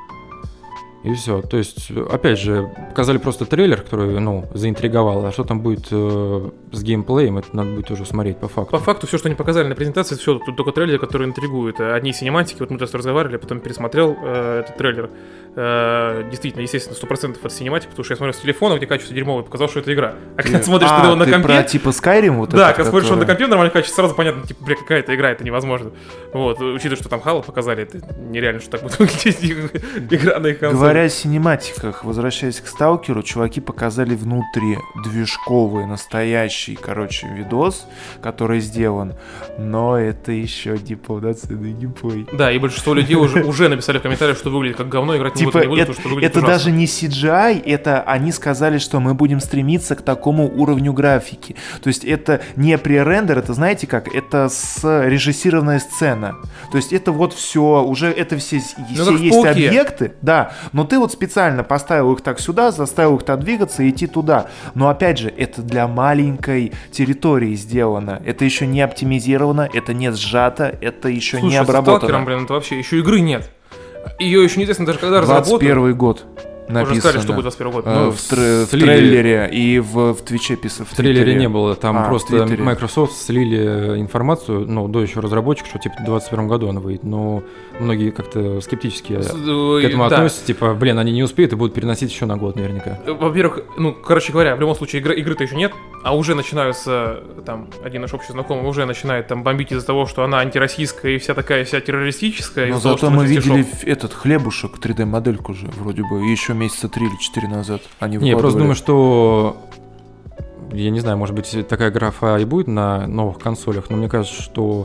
И все. То есть, опять же, показали просто трейлер, который, ну, заинтриговал. А что там будет э, с геймплеем, это надо будет уже смотреть по факту. По факту, все, что они показали на презентации, все, тут только трейлер, который интригует. Одни синематики, вот мы просто разговаривали, потом пересмотрел э, этот трейлер. Э, действительно, естественно, сто процентов это синематика, потому что я смотрел с телефона, где качество дерьмовое, показал, что это игра. А когда ты смотришь, а, когда он на ты компе... про типа Skyrim вот да, этот, когда смотришь, который... он на компе в нормальном качестве, сразу понятно, типа, бля, какая-то игра, это невозможно. Вот, учитывая, что там Halo показали, это нереально, что так будет выглядеть игра на их консоли. Говоря о синематиках, возвращаясь к Сталкеру, чуваки показали внутри движковый настоящий, короче, видос, который сделан, но это еще не полноценный геймплей. Да, и большинство людей уже, уже написали в комментариях, что выглядит как говно, играть типа, не буду, это, потому что выглядит это ужасно. даже не си джи ай, это они сказали, что мы будем стремиться к такому уровню графики. То есть это не пререндер, это знаете как, это срежиссированная сцена. То есть это вот все, уже это все, ну, все есть объекты, да, но ты вот специально поставил их так сюда, заставил их так двигаться и идти туда. Но опять же, это для маленькой территории сделано. Это еще не оптимизировано, это не сжато, это еще Слушай, не обработано. Слушай, с Сталкером, блин, это вообще еще игры нет. Ее еще неизвестно даже когда разработают. двадцать первый год. Написано. Уже сказали, что будет двадцать первый год. Ну, в, тр- в трейлере и в, в Твиче писали. В трейлере не было, там а, просто Microsoft слили информацию, ну, до еще разработчиков, что типа в двадцать первом году она выйдет, но многие как-то скептически С, к этому да. относятся, типа, блин, они не успеют и будут переносить еще на год наверняка. Во-первых, ну, короче говоря, в любом случае игры, игры-то еще нет, а уже начинаются, там, один наш общий знакомый уже начинает там бомбить из-за того, что она антироссийская и вся такая вся террористическая. Но зато того, мы видели шоп. этот хлебушек, три дэ-модельку же, вроде бы, еще месяца три или четыре назад они Не, я просто думаю, что, я не знаю, может быть, такая графа и будет на новых консолях, но мне кажется, что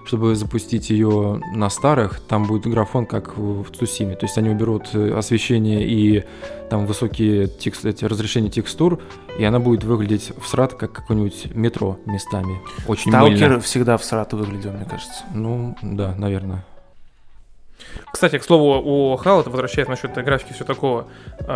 чтобы запустить ее на старых, там будет графон, как в Цусиме. То есть они уберут освещение и там высокие текст, эти, разрешения текстур, и она будет выглядеть всрат, как какое-нибудь метро местами. Очень Сталкер мыльно. всегда всрат выглядел, мне кажется. Ну, да, наверное. Кстати, к слову, у Halo, возвращаясь насчет графики и все такого,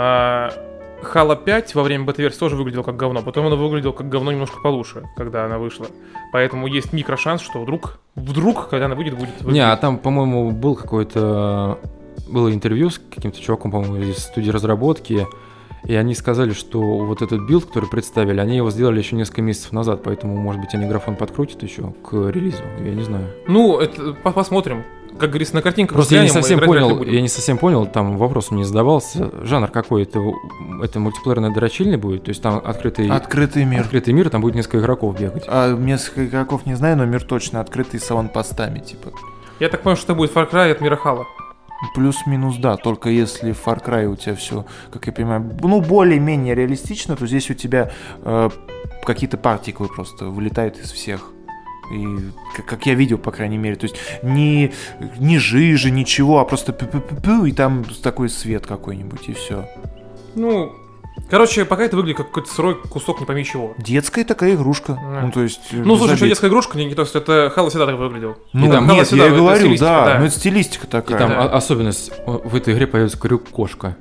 Halo пять во время бета-версии тоже выглядел как говно, потом она выглядела как говно немножко получше, когда она вышла. Поэтому есть микрошанс, что вдруг, вдруг, когда она выйдет, будет выглядеть. Не, а там, по-моему, был какой-то... Было интервью с каким-то чуваком, по-моему, из студии разработки, и они сказали, что вот этот билд, который представили, они его сделали еще несколько месяцев назад, поэтому, может быть, они графон подкрутят еще к релизу, я не знаю. Ну, это посмотрим. Как говорится, на картинках просто я не совсем понял, не я не совсем понял, там вопрос мне задавался, жанр какой это, это мультиплеерная дрочильня будет, то есть там открытый, открытый мир, открытый мир, там будет несколько игроков бегать. А несколько игроков не знаю, но мир точно открытый с аванпостами, типа. Я так понял, что это будет Far Cry от мира Halo. Плюс-минус, да, только если в Far Cry у тебя все, как я понимаю, ну, более-менее реалистично, то здесь у тебя э, какие-то партиклы просто вылетают из всех. И, как я видел, по крайней мере, то есть не, не жижи, ничего, а просто пу-пу-пу-пу, и там такой свет какой-нибудь, и все. Ну, короче, пока это выглядит как какой-то сырой кусок не пойми чего. Детская такая игрушка. Да. Ну, то есть... Ну, слушай, что детская игрушка, не, не то, что это Halo всегда так выглядел. Ну, там, нет, всегда, я и говорю, да, да, но это стилистика такая. И там да. особенность, в этой игре появится крюк-кошка.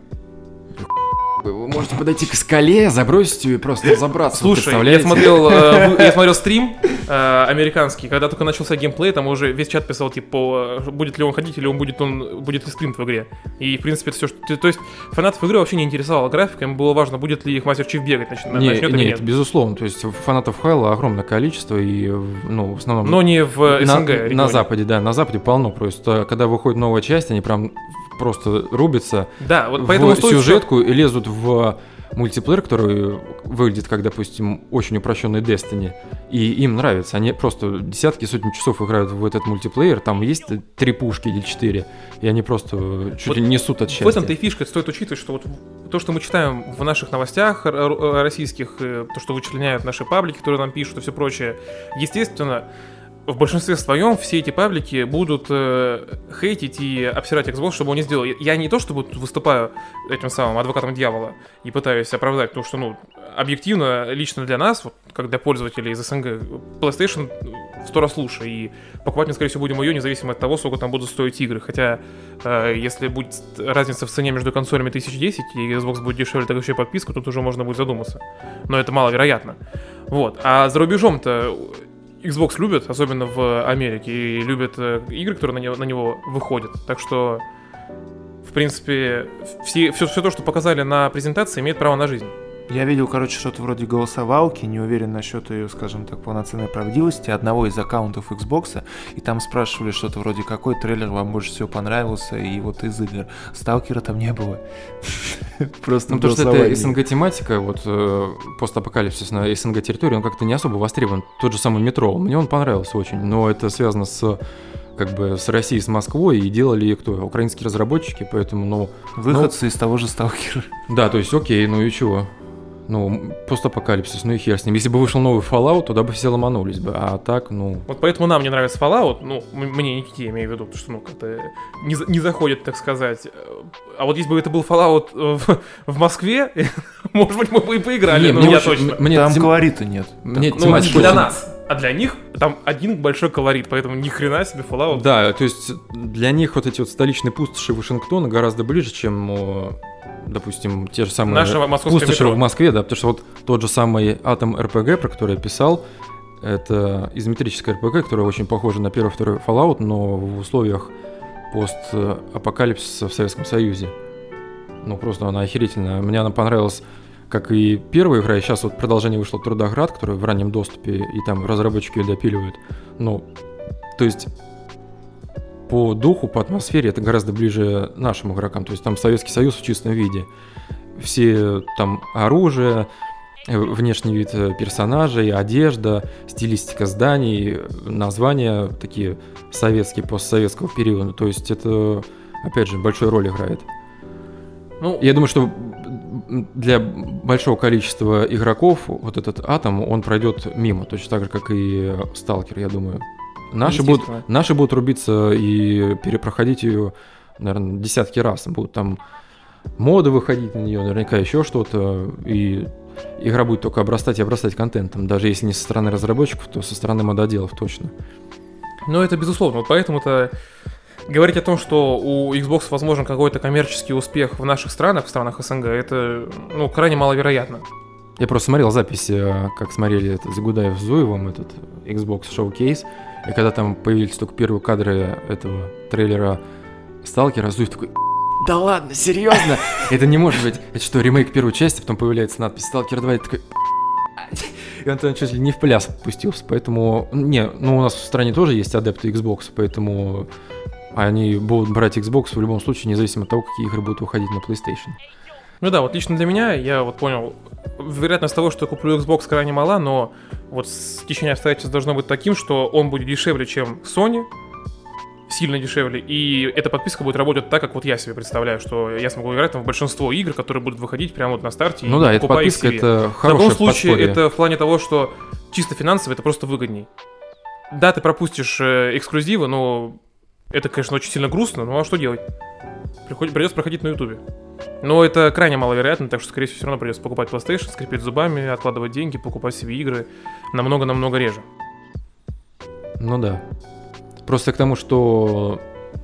Вы можете подойти к скале, забросить ее и просто забраться. Слушай, я смотрел, э, я смотрел стрим э, американский, когда только начался геймплей, там уже весь чат писал, типа, будет ли он ходить, или он будет, он, будет ли стрим в игре. И, в принципе, это все, что... То есть, фанатов игры вообще не интересовала графика, им было важно, будет ли их Мастер Чиф бегать, начнет, не, начнет или нет. нет. Безусловно, то есть, фанатов Halo огромное количество, и, ну, в основном... Но не в СНГ. На, на Западе, да, на Западе полно, просто, когда выходит новая часть, они прям просто рубятся да, вот поэтому в сюжетку и лезут в... мультиплеер, который выглядит как, допустим, очень упрощенный Destiny, и им нравится. Они просто десятки, сотни часов играют в этот мультиплеер, там есть три пушки или четыре, и они просто чуть вот ли не несут от счастья. В этом-то и фишка, стоит учитывать, что вот то, что мы читаем в наших новостях российских, то, что вычленяют наши паблики, которые нам пишут и все прочее, естественно, в большинстве своем все эти паблики будут э, хейтить и обсирать Xbox, чтобы он не сделал. Я не то, чтобы выступаю этим самым адвокатом дьявола и пытаюсь оправдать, потому что, ну, объективно, лично для нас, вот, как для пользователей из СНГ, PlayStation в сто раз лучше, и покупать мы, скорее всего, будем ее, независимо от того, сколько там будут стоить игры. Хотя, э, если будет разница в цене между консолями тысяч десять, и Xbox будет дешевле, так еще и подписка, тут уже можно будет задуматься. Но это маловероятно. Вот. А за рубежом-то Xbox любят, особенно в Америке, и любят э, игры, которые на него, на него выходят. Так что, в принципе, все, все, все то, что показали на презентации, имеет право на жизнь. Я видел, короче, что-то вроде голосовалки, не уверен насчет ее, скажем так, полноценной правдивости, одного из аккаунтов Xbox, и там спрашивали что-то вроде, какой трейлер вам больше всего понравился, и вот из игр. Сталкера там не было. Просто ну, то, что это СНГ-тематика, вот постапокалипсис на СНГ-территории, он как-то не особо востребован. Тот же самый Метро, мне он понравился очень, но это связано с... как бы с Россией, с Москвой, и делали кто? Украинские разработчики, поэтому, ну... Выходцы ну, из того же Сталкера. Да, то есть, окей, ну и чего? Ну, постапокалипсис, ну и хер с ним. Если бы вышел новый Fallout, туда бы все ломанулись бы, а так, ну... Вот поэтому нам не нравится Fallout, ну, мне, Никите, я имею в виду, потому что, ну, как-то не, не заходит, так сказать. А вот если бы это был Fallout в, в Москве, может быть, мы бы и поиграли, не, но мне я очень, точно. Мне там тем... колорита нет. Мне ну, для нас. А для них там один большой колорит, поэтому ни хрена себе Fallout. Да, то есть для них вот эти вот столичные пустоши Вашингтона гораздо ближе, чем, допустим, те же самые пустоши в Москве, да, потому что вот тот же самый Atom эр пи джи, про который я писал, это изометрическая эр пи джи, которая очень похожа на первый-второй Fallout, но в условиях постапокалипсиса в Советском Союзе. Ну, просто она охерительная. Мне она понравилась, как и первая игра, и сейчас вот продолжение вышло Трудоград, который в раннем доступе, и там разработчики ее допиливают. Ну, то есть по духу, по атмосфере это гораздо ближе нашим игрокам. То есть там Советский Союз в чистом виде. Все там оружие, внешний вид персонажей, одежда, стилистика зданий, названия такие советские, постсоветского периода. То есть это, опять же, большую роль играет. Ну, я думаю, что для большого количества игроков вот этот Атом, он пройдет мимо, точно так же, как и Сталкер, я думаю. Наши будут, наши будут рубиться и перепроходить ее, наверное, десятки раз. Будут там моды выходить на нее, наверняка еще что-то. И игра будет только обрастать и обрастать контентом. Даже если не со стороны разработчиков, то со стороны мододелов точно. Ну, это безусловно. Вот поэтому-то говорить о том, что у Xbox возможен какой-то коммерческий успех в наших странах, в странах СНГ, это, ну, крайне маловероятно. Я просто смотрел записи, как смотрели это Загудаев с Зуевым, этот Xbox Showcase, и когда там появились только первые кадры этого трейлера Сталкера, Зуев такой: да ладно, серьезно? Это не может быть. Это что, ремейк первой части, потом появляется надпись Сталкер два, и такой... И он там чуть ли не в пляс пустился, поэтому... Не, ну у нас в стране тоже есть адепты Xbox, поэтому они будут брать Xbox в любом случае, независимо от того, какие игры будут выходить на PlayStation. Ну да, вот лично для меня, я вот понял, вероятность того, что я куплю Xbox, крайне мала, но вот стечение обстоятельств должно быть таким, что он будет дешевле, чем Sony, сильно дешевле, и эта подписка будет работать так, как вот я себе представляю, что я смогу играть там в большинство игр, которые будут выходить прямо вот на старте. Ну и да, эта подписка — это хорошее подспорье. В таком случае это в плане того, что чисто финансово это просто выгодней. Да, ты пропустишь э, эксклюзивы, но это, конечно, очень сильно грустно, ну а что делать? Приходит, придется проходить на Ютубе. Но это крайне маловероятно, так что, скорее всего, все равно придется покупать PlayStation, скрипеть зубами, откладывать деньги, покупать себе игры намного-намного реже. Ну да. Просто к тому, что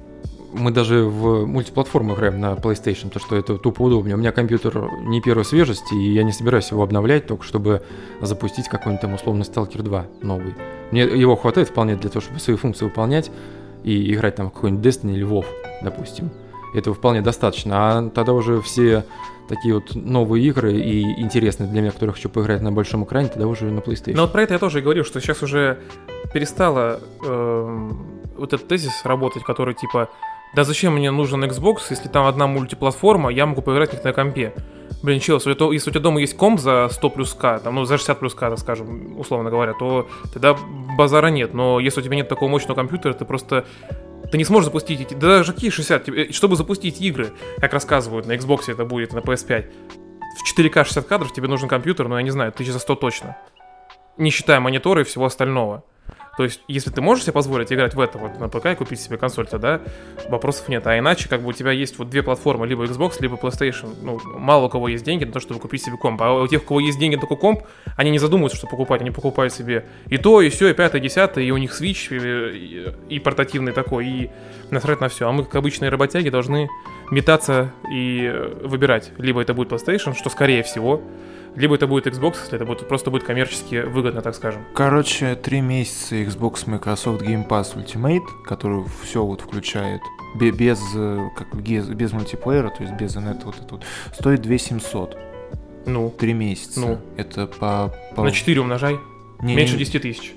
мы даже в мультиплатформу играем на PlayStation, потому что это тупо удобнее. У меня компьютер не первой свежести, и я не собираюсь его обновлять, только чтобы запустить какой-нибудь там условный Stalker два новый. Мне его хватает вполне для того, чтобы свои функции выполнять и играть там в какой-нибудь Destiny или WoW, допустим. Этого вполне достаточно. А тогда уже все такие вот новые игры и интересные для меня, которых хочу поиграть на большом экране, тогда уже на PlayStation. Но вот про это я тоже и говорил, что сейчас уже перестала э, вот этот тезис работать, который типа: да зачем мне нужен Xbox, если там одна мультиплатформа, я могу поиграть в них на компе. Блин, чел, если у тебя дома есть комп за сто плюс К, там, ну за шестьдесят плюс К, так скажем, условно говоря, то тогда базара нет. Но если у тебя нет такого мощного компьютера, ты просто... Ты не сможешь запустить эти... Да даже какие шестьдесят? Чтобы запустить игры, как рассказывают, на Xbox это будет, на пи эс пять, в четыре ка шестьдесят кадров тебе нужен компьютер, ну я не знаю, тысяча за сто точно. Не считая монитора и всего остального. То есть, если ты можешь себе позволить играть в это вот на ПК и купить себе консоль, тогда вопросов нет. А иначе, как бы у тебя есть вот две платформы, либо Xbox, либо PlayStation. Ну, мало у кого есть деньги на то, чтобы купить себе комп. А у тех, у кого есть деньги на такой комп, они не задумываются, что покупать. Они покупают себе и то, и все, и пятое, и десятое, и у них Switch, и, и, и портативный такой, и насрать на все. А мы, как обычные работяги, должны метаться и выбирать. Либо это будет PlayStation, что скорее всего, либо это будет Xbox, если это будет, просто будет коммерчески выгодно, так скажем. Короче, три месяца Xbox Microsoft Game Pass Ultimate, который все вот включает, без, как, без, без мультиплеера, то есть без инета, вот это вот, стоит две тысячи семьсот. Ну. Три месяца. Ну. Это по... по... На четыре умножай. Не, меньше не... десять тысяч.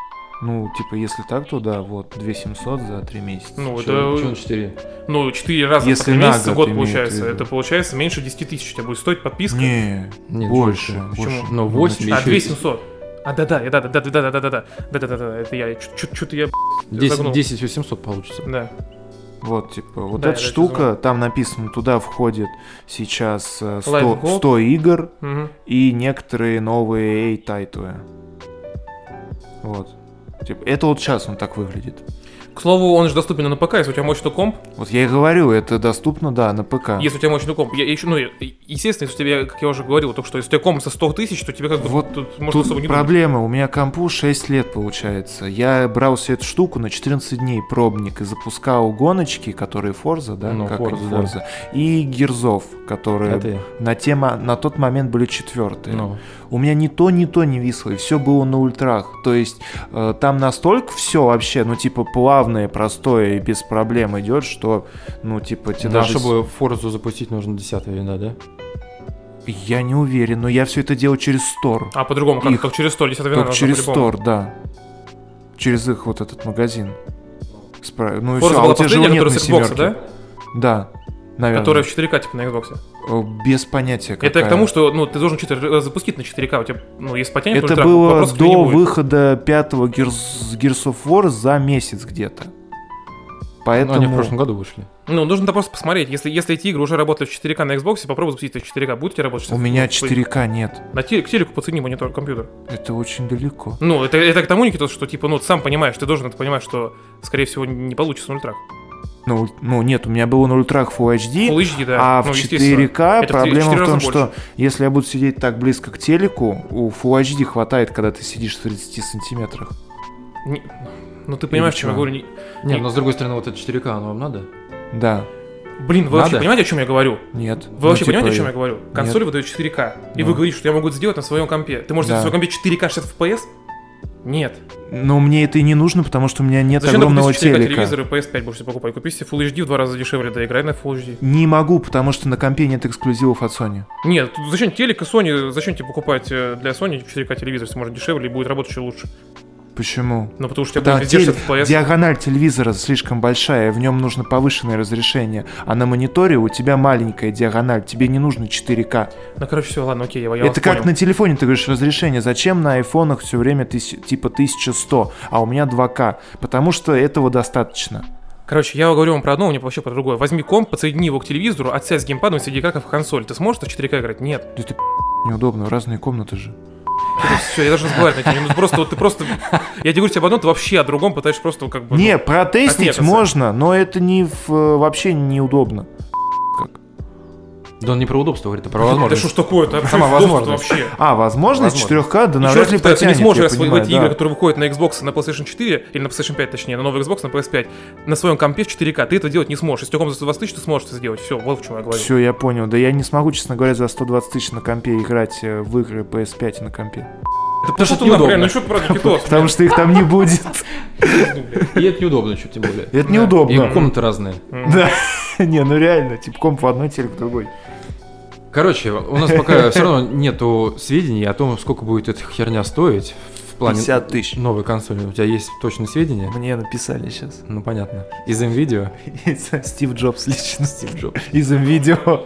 Ну, типа, если так, то да, вот, две тысячи семьсот за три месяца. Ну, Чё, это... чё на четыре? Ну, четыре раза если по три месяца, год, год получается. Это получается меньше десять тысяч у тебя будет стоить подписка. Не, Нет, больше. больше. больше. Ну, восемь А, еще... две тысячи семьсот. А, да-да, да-да, да-да, да-да, да-да, да-да-да, это я, что-то я десять, десять восемьсот получится. Да. Вот, типа, вот да, эта штука, там написано, туда входит сейчас сто, Live сто игр угу. и некоторые новые A-тайтлы. Вот. Типа, это вот сейчас он так выглядит. К слову, он же доступен на ПК, если у тебя мощный комп. Вот я и говорю, это доступно, да, на ПК. Если у тебя мощный комп. Я еще, ну, естественно, если у тебя, как я уже говорил, только что, если у тебя комп за сто тысяч, то тебе как бы вот тут можно тут особо не проблема, думать. У меня компу шесть лет получается. Я брал себе эту штуку на четырнадцать дней пробник и запускал гоночки, которые Forza, да, ну, как Forza, они, да. Forza, и Гирзов, которые Это... на тема на тот момент были четвертые. Ну. У меня ни то, ни то не висло, и все было на ультрах. То есть э, там настолько все вообще, ну, типа, плавное, простое и без проблем идет, что, ну, типа, тебе да, даже... чтобы Forza запустить, нужно десятая вина, да? Я не уверен, но я все это делал через Store. А по-другому, как, их... как через Store, десятая вина. Как через Store, да. Через их вот этот магазин. Спра... Ну, и Forza все, была а у тебя же последняя, нет которая на с Xbox, семерке. да? Да. Наверное. Которая в четыре ка, типа, на Xbox. Без понятия какая. Это я к тому, что, ну, ты должен что-то запустить на четыре ка, у тебя, ну, если потянет, это ультра, было до выхода пятого Gears, Gears of War за месяц где-то. Поэтому... Ну, они в прошлом году вышли. Ну, нужно просто посмотреть. Если, если эти игры уже работали в четыре ка на Xbox, попробуй запустить их в четыре ка. Будете работать? У меня четыре ка нет. На телек, к телеку подсоедини монитор, компьютер. Это очень далеко. Ну, это, это к тому, Никита, что, типа, ну, ты сам понимаешь, ты должен это понимать, что, скорее всего, не получится на ультрах. Ну, ну, нет, у меня было на ультрах Full эйч ди, Full эйч ди, да. а ну, в четыре ка это проблема в, в том, больше. что если я буду сидеть так близко к телеку, у Full эйч ди хватает, когда ты сидишь в тридцати сантиметрах. Не, ну, ты понимаешь, о чем я говорю? Не, не, но с другой стороны, вот это четыре ка, оно вам надо? Да. Блин, вы надо? вообще понимаете, о чем я говорю? Нет. Вы вообще ну, типа, понимаете, о чем я говорю? Консоль нет. выдает четыре ка, и ну. вы говорите, что я могу это сделать на своем компе. Ты можешь да. сделать на своем компе четыре ка шестьдесят эф пи эс? Нет. Но мне это и не нужно, потому что у меня нет Зачем огромного телека? телека. Телевизор и пи эс пять больше себе покупай. Купи себе Full эйч ди в два раза дешевле, да играй на Full эйч ди. Не могу, потому что на компе нет эксклюзивов от Sony. Нет, зачем телек и Sony, зачем тебе покупать для Sony четыре ка телевизор, если может дешевле и будет работать еще лучше? Почему? Ну, потому что у тебя Потому будет везде теле... шестьдесят эф пи эс. Диагональ телевизора слишком большая, в нем нужно повышенное разрешение, а на мониторе у тебя маленькая диагональ, тебе не нужно четыре ка. Ну, короче, все, ладно, окей, я, я Это как понял. на телефоне, ты говоришь, разрешение. Зачем на айфонах все время тысяч... типа тысяча сто, а у меня два ка? Потому что этого достаточно. Короче, я говорю вам про одно, мне вообще про другое. Возьми комп, подсоедини его к телевизору, отсядь с геймпадом и сиди как в консоль. Ты сможешь в четыре ка играть? Нет. Это неудобно, разные комнаты же. Все, я даже разговаривать на тебе. Просто вот ты просто. Я тебе говорю тебе об одном, ты вообще о другом пытаешься просто как бы. Не, ну, протестить отнекаться. можно, но это не в... вообще неудобно. Да он не про удобство говорит, а про Да возможность. что ж такое-то? Сама Удобство возможность. вообще. А, возможность Возможно. четыре ка, да Еще навряд раз ли повторяю, ты не потянет, сможешь я раз в понимаю, эти да. игры, которые выходят на Xbox, на PlayStation четыре, или на PlayStation пять, точнее, на новый Xbox, на пи эс пять, на своем компе в четыре ка, ты это делать не сможешь. Если у тебя комп за сто двадцать тысяч, ты сможешь это сделать. Все, вот в чем я говорю. Все, я понял. Да я не смогу, честно говоря, за сто двадцать тысяч на компе играть э, в игры пи эс пять на компе. Это потому что что это нахуй, неудобно. ну что ты про Никитос? Потому что их там не будет. И это неудобно, чуть тем более. Это И неудобно. комнаты разные. Да. Не, ну реально, типа комп в одной, телек в другой. Короче, у нас пока все равно нету сведений о том, сколько будет эта херня стоить в плане пятьдесят тысяч. новой консоли. У тебя есть точные сведения? Мне написали сейчас. Ну, понятно. Из МВидео? Стив Джобс лично. Стив Джобс. Из МВидео.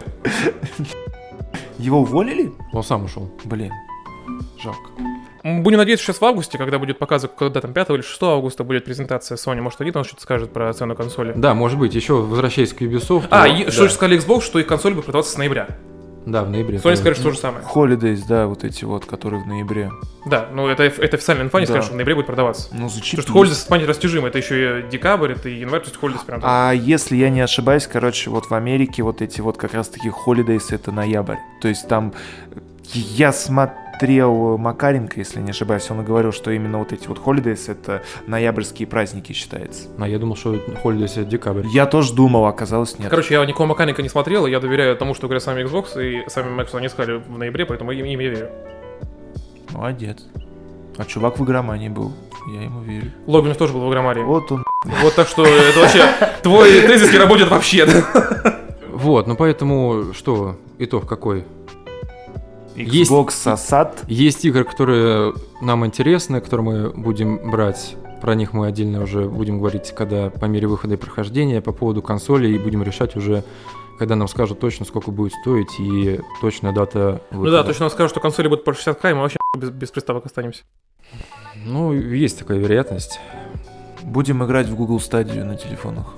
Его уволили? Он сам ушел. Блин, жалко. Будем надеяться, что сейчас в августе, когда будет показывать, когда там пятого или шестого августа будет презентация Sony, может, они там что-то скажут про цену консоли. Да, может быть. Еще возвращаясь к Ubisoft. А, то- и да. что же сказали Xbox, что их консоль будет продаваться с ноября. Да, в ноябре. Sony скажет, что то же самое. Holidays, да, вот эти вот, которые в ноябре. Да, ну это, это официальная инфа, не Да. скажут, что в ноябре будет продаваться. Ну, Потому зачем? что Holidays, понятие растяжимо, это еще и декабрь, это и январь, то есть Holidays прям... А если я не ошибаюсь, короче, вот в Америке вот эти вот как раз-таки Holidays это ноябрь. То есть там я смотрел Макаренко, если не ошибаюсь, он и говорил, что именно вот эти вот Holidays это ноябрьские праздники считается. А я думал, что Holidays это декабрь. Я тоже думал, оказалось нет. Короче, я никакого механика не смотрел, и я доверяю тому, что говорят сами Xbox и сами Microsoft, они сказали в ноябре, поэтому им, им я верю. Молодец. А чувак в игромании был, я ему верю. Логвин тоже был в игромарии. Вот он. Вот так что это вообще твой тезис не работает вообще. Вот, ну поэтому что, итог какой? Xbox сосад. Есть игры, которые нам интересны, которые мы будем брать. Про них мы отдельно уже будем говорить, когда по мере выхода и прохождения. По поводу консолей и будем решать уже, когда нам скажут точно, сколько будет стоить и точная дата выхода. Ну да, точно нам скажут, что консоли будут по шестьдесят ка, и мы вообще без, без приставок останемся. Ну, есть такая вероятность. Будем играть в Google Stadia на телефонах.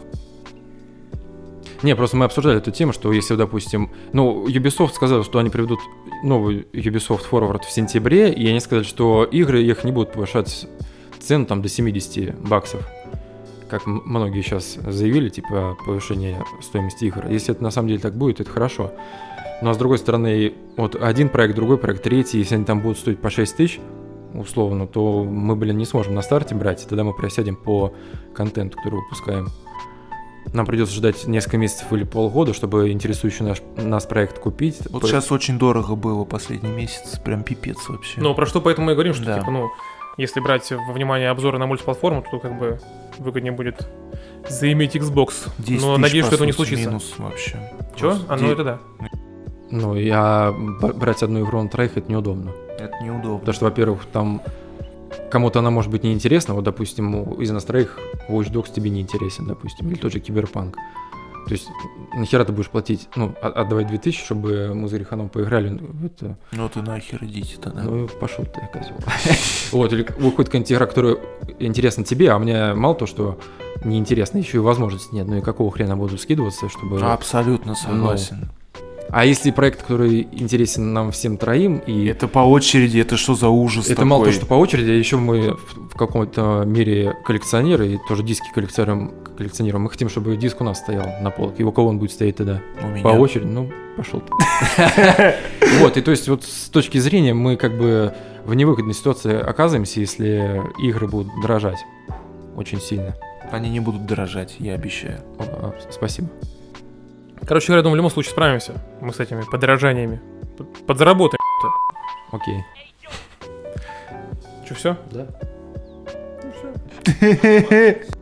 Не, просто мы обсуждали эту тему, что если, допустим... Ну, Ubisoft сказал, что они приведут новый Ubisoft Forward в сентябре, и они сказали, что игры их не будут повышать цену там до семьдесят баксов. Как м- многие сейчас заявили, типа, повышение стоимости игр. Если это на самом деле так будет, это хорошо. Но, с другой стороны, вот один проект, другой проект, третий, если они там будут стоить по шесть тысяч, условно, то мы, блин, не сможем на старте брать, и тогда мы просядем по контенту, который выпускаем. Нам придется ждать несколько месяцев или полгода, чтобы интересующий наш, нас проект купить. Вот По- сейчас очень дорого было последний месяц, прям пипец вообще. Ну, про что поэтому мы и говорим, что, Да. типа, ну, если брать во внимание обзоры на мультиплатформу, то как бы выгоднее будет заиметь Xbox. десять Но тысяч, надеюсь, по что это не сути, случится. Минус вообще. Чего? Просто А, ну де- это да. Ну, я б- брать одну игру на троих это неудобно. Это неудобно. Потому что, во-первых, там кому-то она может быть неинтересна. Вот, допустим, у- из нас троих Watch Dogs тебе не интересен, допустим, или тот же Киберпанк. То есть, нахера ты будешь платить, ну, от- отдавать две тысячи, чтобы мы с Гриханом поиграли? Ну, это... Ну ты нахер идите тогда. Ну, пошел ты, козел. Вот, или выходит какая-нибудь игра, которая интересна тебе, а мне мало то, что неинтересно, еще и возможности нет. Ну и какого хрена буду скидываться, чтобы... Абсолютно согласен. Ну, а если проект, который интересен нам всем троим, и... Это по очереди, это что за ужас Это такой? мало того, что по очереди, а еще мы в, в каком-то мере коллекционеры, и тоже диски коллекционируем, коллекционируем. Мы хотим, чтобы диск у нас стоял на полке. И у кого он будет стоять тогда? У меня. По очереди? Ну, пошел ты. Вот, и то есть вот с точки зрения мы как бы в невыгодной ситуации оказываемся, если игры будут дорожать очень сильно. Они не будут дорожать, я обещаю. Спасибо. Короче говоря, я думаю, в любом случае справимся мы с этими подорожаниями. Подзаработаем. Окей. Че, все? Да. Ну все.